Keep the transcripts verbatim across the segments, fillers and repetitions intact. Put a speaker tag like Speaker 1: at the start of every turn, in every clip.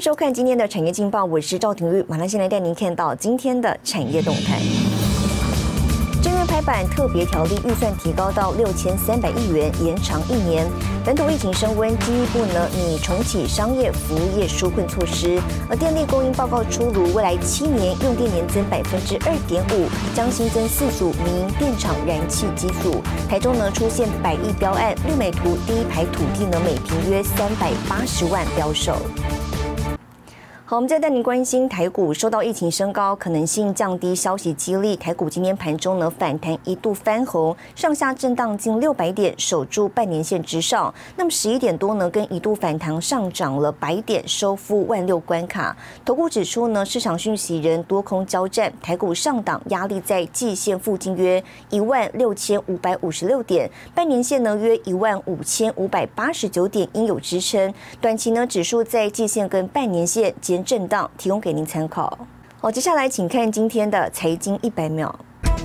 Speaker 1: 收看今天的产业劲报，我是赵廷玉，马上先来带您看到今天的产业动态。晶圆排版特别条例预算提高到六千三百亿元，延长一年。本土疫情升温，经济部呢拟重启商业服务业纾困措施。而电力供应报告出炉，未来七年用电年增百分之二点五，将新增四组民营电厂燃气机组。台中呢出现百亿标案，绿美图第一排土地呢每坪约三百八十万标售。好，我们再带您关心台股受到疫情升高可能性降低消息激励，台股今天盘中呢反弹一度翻红，上下震荡近六百点，守住半年线之上。那么十一点多呢，跟一度反弹上涨了百点，收复万六关卡。投顾指出呢，市场讯息人多空交战，台股上档压力在季线附近约一万六千五百五十六点，半年线呢约一万五千五百八十九点，应有支撑。短期呢，指数在季线跟半年线间震荡，提供给您参考。好，接下来请看今天的财经一百秒。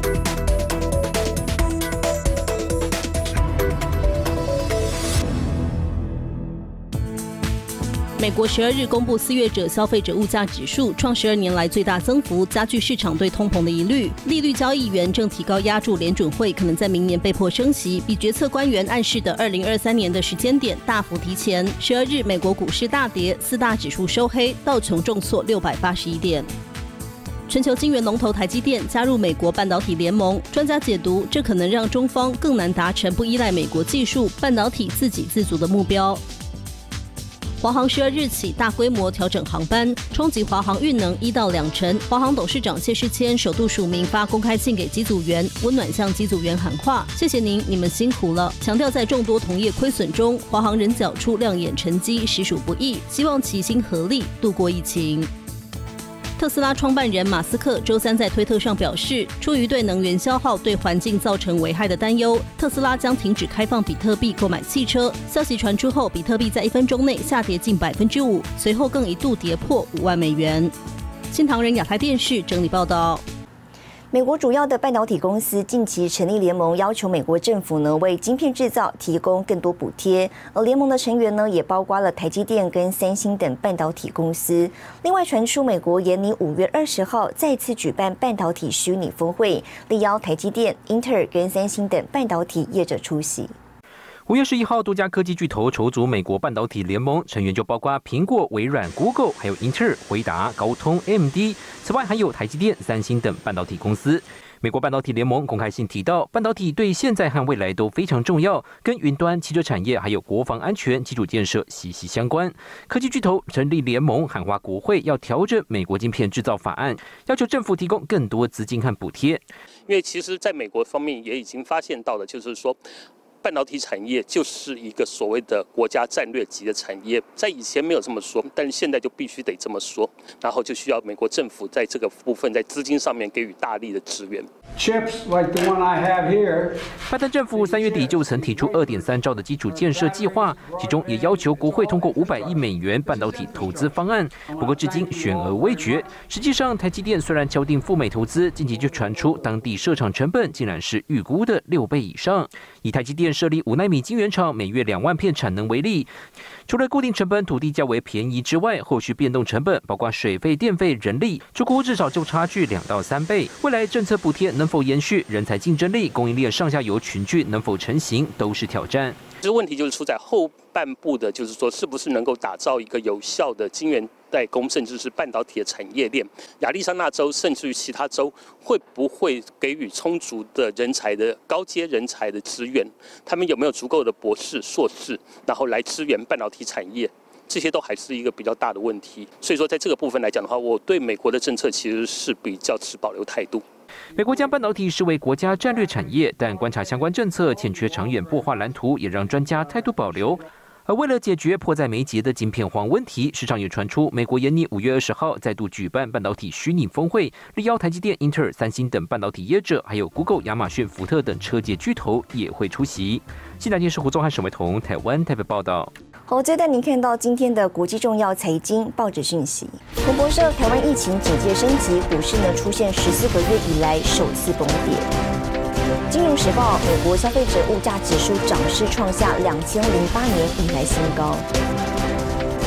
Speaker 2: 美国十二日公布四月者消费者物价指数，创十二年来最大增幅，加剧市场对通膨的疑虑。利率交易员正提高压住联准会可能在明年被迫升息，比决策官员暗示的二零二三年的时间点大幅提前。十二日美国股市大跌，四大指数收黑，道琼重挫六百八十一点。全球晶圆龙头台积电加入美国半导体联盟，专家解读，这可能让中方更难达成不依赖美国技术、半导体自给自足的目标。华航十二日起大规模调整航班，冲击华航运能一到两成。华航董事长谢世谦首度署名发公开信给机组员，温暖向机组员喊话：“谢谢您，你们辛苦了。”强调在众多同业亏损中，华航仍缴出亮眼成绩，实属不易。希望齐心合力度过疫情。特斯拉创办人马斯克周三在推特上表示，出于对能源消耗对环境造成危害的担忧，特斯拉将停止开放比特币购买汽车。消息传出后，比特币在一分钟内下跌近百分之五，随后更一度跌破五万美元。新唐人亚太电视整理报道。
Speaker 1: 美国主要的半导体公司近期成立联盟，要求美国政府呢为晶片制造提供更多补贴。而联盟的成员呢也包括了台积电跟三星等半导体公司。另外传出美国研拟五月二十号再次举办半导体虚拟峰会，力邀台积电、英特尔跟三星等半导体业者出席。
Speaker 3: 五月十一号，多家科技巨头筹组美国半导体联盟，成员就包括苹果、微软、Google， 还有英特尔、辉达、高通、A M D。此外，还有台积电、三星等半导体公司。美国半导体联盟公开信提到，半导体对现在和未来都非常重要，跟云端、汽车产业还有国防安全基础建设息息相关。科技巨头成立联盟，喊话国会要调整美国晶片制造法案，要求政府提供更多资金和补贴。
Speaker 4: 因为其实在美国方面也已经发现到了，就是说，半导体产业就是一个所谓的国家战略级的产业，在以前没有这么说，但是现在就必须得这么说，然后就需要美国政府在这个部分在资金上面给予大力的支援。
Speaker 5: Chips like the one I have here。
Speaker 3: 拜登政府三月底就曾提出二点三兆的基础建设计划，其中也要求国会通过五百亿美元半导体投资方案，不过至今悬而未决。实际上，台积电虽然敲定赴美投资，近期就传出当地设厂成本竟然是预估的六倍以上。以台积电设立五奈米晶圆厂，每月两万片产能为例，除了固定成本土地较为便宜之外，后续变动成本包括水费、电费、人力，出估至少就差距两到三倍。未来政策补贴能否延续，人才竞争力、供应链上下游群聚能否成型，都是挑战。
Speaker 4: 其实问题就是出在后半部的，就是说是不是能够打造一个有效的晶圆代工，甚至是半导体的产业链。亚利桑那州甚至于其他州会不会给予充足的人才的高阶人才的资源？他们有没有足够的博士、硕士，然后来支援半导体产业？这些都还是一个比较大的问题。所以说，在这个部分来讲的话，我对美国的政策其实是比较持保留态度。
Speaker 3: 美国将半导体视为国家战略产业，但观察相关政策欠缺长远擘画蓝图，也让专家态度保留。而为了解决迫在眉睫的晶片荒问题，市场也传出美国研拟五月二十号再度举办半导体虚拟峰会，力邀台积电、英特尔、三星等半导体业者，还有 Google、亚马逊、福特等车界巨头也会出席。新台电视胡宗汉、沈维彤，台湾台北报道。
Speaker 1: 好，再带您看到今天的国际重要财经报纸讯息。彭博社：台湾疫情警戒升级，股市呢出现十四个月以来首次崩跌。金融时报：美国消费者物价指数涨势创下两千零八年以来新高。国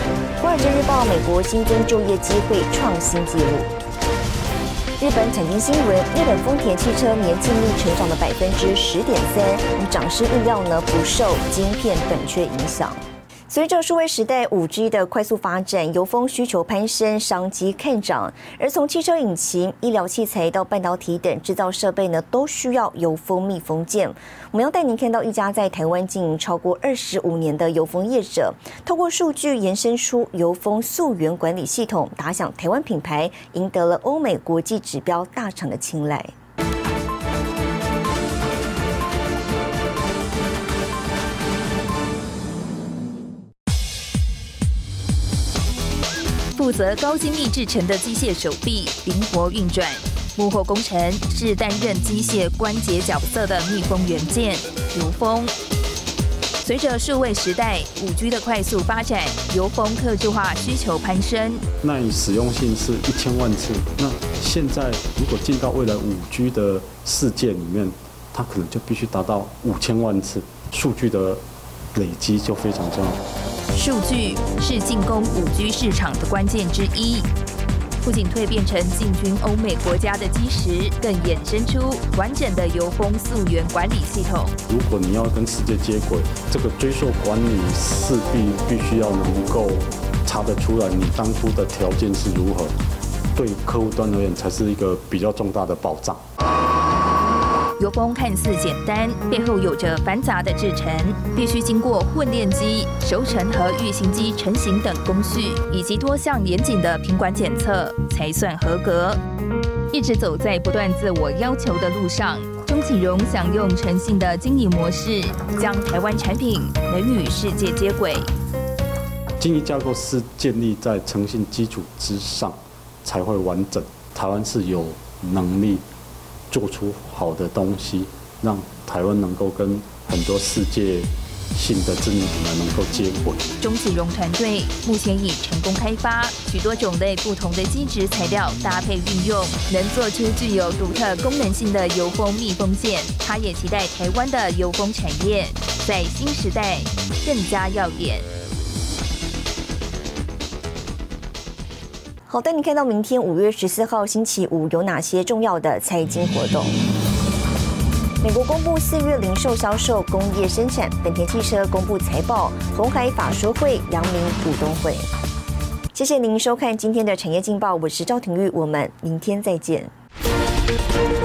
Speaker 1: 华尔街日报》美国新增就业机会创新纪录。日本产经新闻：日本丰田汽车年净利成长了百分之十点三，涨势预料呢不受晶片短缺影响。随着数位时代 五 G 的快速发展，油封需求攀升，商机看涨。而从汽车引擎、医疗器材到半导体等制造设备呢，都需要油封密封件。我们要带您看到一家在台湾经营超过二十五年的油封业者，透过数据延伸出油封溯源管理系统，打响台湾品牌，赢得了欧美国际指标大厂的青睐。
Speaker 6: 负责高精密制成的机械手臂灵活运转，幕后工程是担任机械关节角色的密封元件油封。随着数位时代 五 G 的快速发展，油封客制化需求攀升。
Speaker 7: 耐使用性是一千万次，那现在如果进到未来 五 G 的世界里面，它可能就必须达到五千万次，数据的累积就非常重要。
Speaker 6: 数据是进攻 五 G 市场的关键之一，不仅蜕变成进军欧美国家的基石，更衍生出完整的油封溯源管理系统。
Speaker 7: 如果你要跟世界接轨，这个追溯管理势必必须要能够查得出来你当初的条件是如何，对客户端而言才是一个比较重大的保障。
Speaker 6: 油封看似简单，背后有着繁杂的制程，必须经过混炼机、熟成和预型机成型等工序，以及多项严谨的品管检测，才算合格。一直走在不断自我要求的路上，钟启荣想用诚信的经营模式，将台湾产品能与世界接轨。
Speaker 7: 经营架构是建立在诚信基础之上，才会完整。台湾是有能力做出好的东西，让台湾能够跟很多世界性的知名品牌能够接轨。
Speaker 6: 钟启荣团队目前已成功开发许多种类不同的基质材料搭配运用，能做出具有独特功能性的油封密封件。他也期待台湾的油封产业在新时代更加耀眼。
Speaker 1: 好，带你看到明天五月十四号星期五有哪些重要的财经活动。美国公布四月零售销售、工业生产，本田汽车公布财报，鸿海法说会、阳明股东会。谢谢您收看今天的产业劲报，我是赵廷玉，我们明天再见。